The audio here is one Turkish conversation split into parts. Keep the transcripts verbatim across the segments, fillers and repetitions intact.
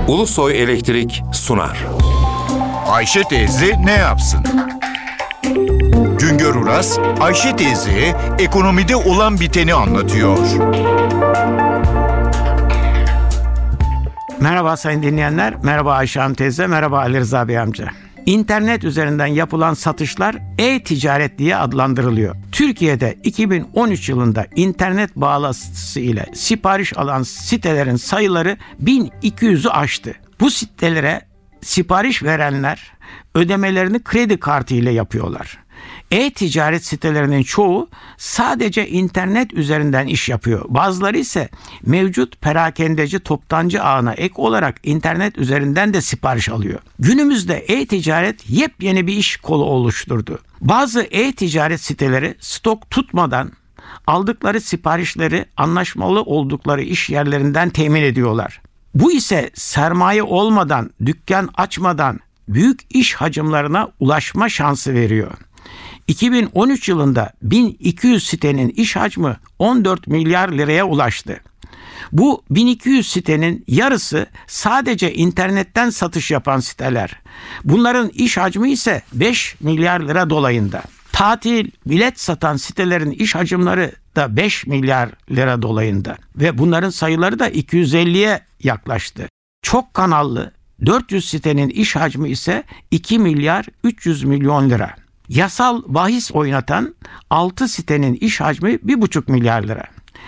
Ulusoy Elektrik sunar. Ayşe teyze ne yapsın? Güngör Uras, Ayşe teyzeye ekonomide olan biteni anlatıyor. Merhaba sayın dinleyenler, merhaba Ayşe Hanım teyze, merhaba Ali Rıza Bey amca. İnternet üzerinden yapılan satışlar e-ticaret diye adlandırılıyor. Türkiye'de iki bin on üç yılında internet bağlantısı ile sipariş alan sitelerin sayıları bin iki yüzü aştı. Bu sitelere sipariş verenler ödemelerini kredi kartı ile yapıyorlar. E-ticaret sitelerinin çoğu sadece internet üzerinden iş yapıyor. Bazıları ise mevcut perakendeci toptancı ağına ek olarak internet üzerinden de sipariş alıyor. Günümüzde e-ticaret yepyeni bir iş kolu oluşturdu. Bazı e-ticaret siteleri stok tutmadan aldıkları siparişleri anlaşmalı oldukları iş yerlerinden temin ediyorlar. Bu ise sermaye olmadan, dükkan açmadan büyük iş hacimlerine ulaşma şansı veriyor. iki bin on üç yılında bin iki yüz sitenin iş hacmi on dört milyar liraya ulaştı. Bu bin iki yüz sitenin yarısı sadece internetten satış yapan siteler. Bunların iş hacmi ise beş milyar lira dolayında. Tatil, bilet satan sitelerin iş hacimleri da beş milyar lira dolayında ve bunların sayıları da iki yüz elliye yaklaştı. Çok kanallı dört yüz sitenin iş hacmi ise iki milyar üç yüz milyon lira. Yasal bahis oynatan altı sitenin iş hacmi bir buçuk milyar lira.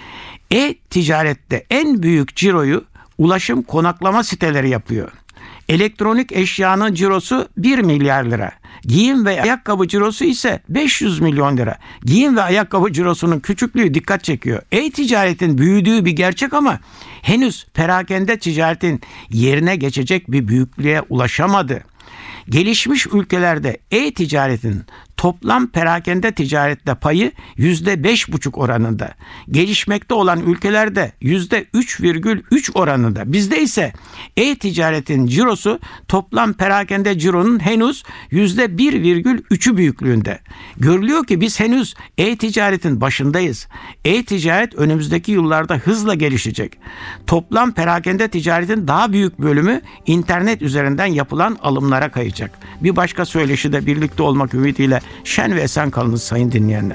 E-ticarette en büyük ciroyu ulaşım konaklama siteleri yapıyor. Elektronik eşyanın cirosu bir milyar lira. Giyim ve ayakkabı cirosu ise beş yüz milyon lira. Giyim ve ayakkabı cirosunun küçüklüğü dikkat çekiyor. E-ticaretin büyüdüğü bir gerçek ama henüz perakende ticaretin yerine geçecek bir büyüklüğe ulaşamadı. Gelişmiş ülkelerde e-ticaretin toplam perakende ticarette payı yüzde beş buçuk oranında. Gelişmekte olan ülkelerde yüzde üç virgül üç oranında. Bizde ise e-ticaretin cirosu toplam perakende cironun henüz yüzde bir virgül üçü büyüklüğünde. Görülüyor ki biz henüz e-ticaretin başındayız. E-ticaret önümüzdeki yıllarda hızla gelişecek. Toplam perakende ticaretin daha büyük bölümü internet üzerinden yapılan alımlara kayacak. Bir başka söyleşi de birlikte olmak ümidiyle şen ve esen kalınız sayın dinleyenler.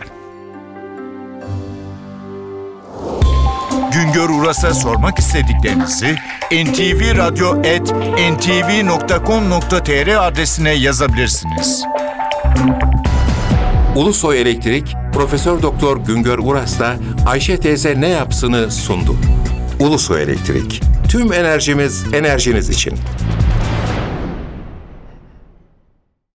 Güngör Uras'a sormak istediklerinizi en ti vi radyo at en ti vi nokta com nokta tr adresine yazabilirsiniz. Ulusoy Elektrik Profesör Doktor Güngör Uras'la Ayşe teyze ne yapsını sundu. Ulusoy Elektrik. Tüm enerjimiz enerjiniz için.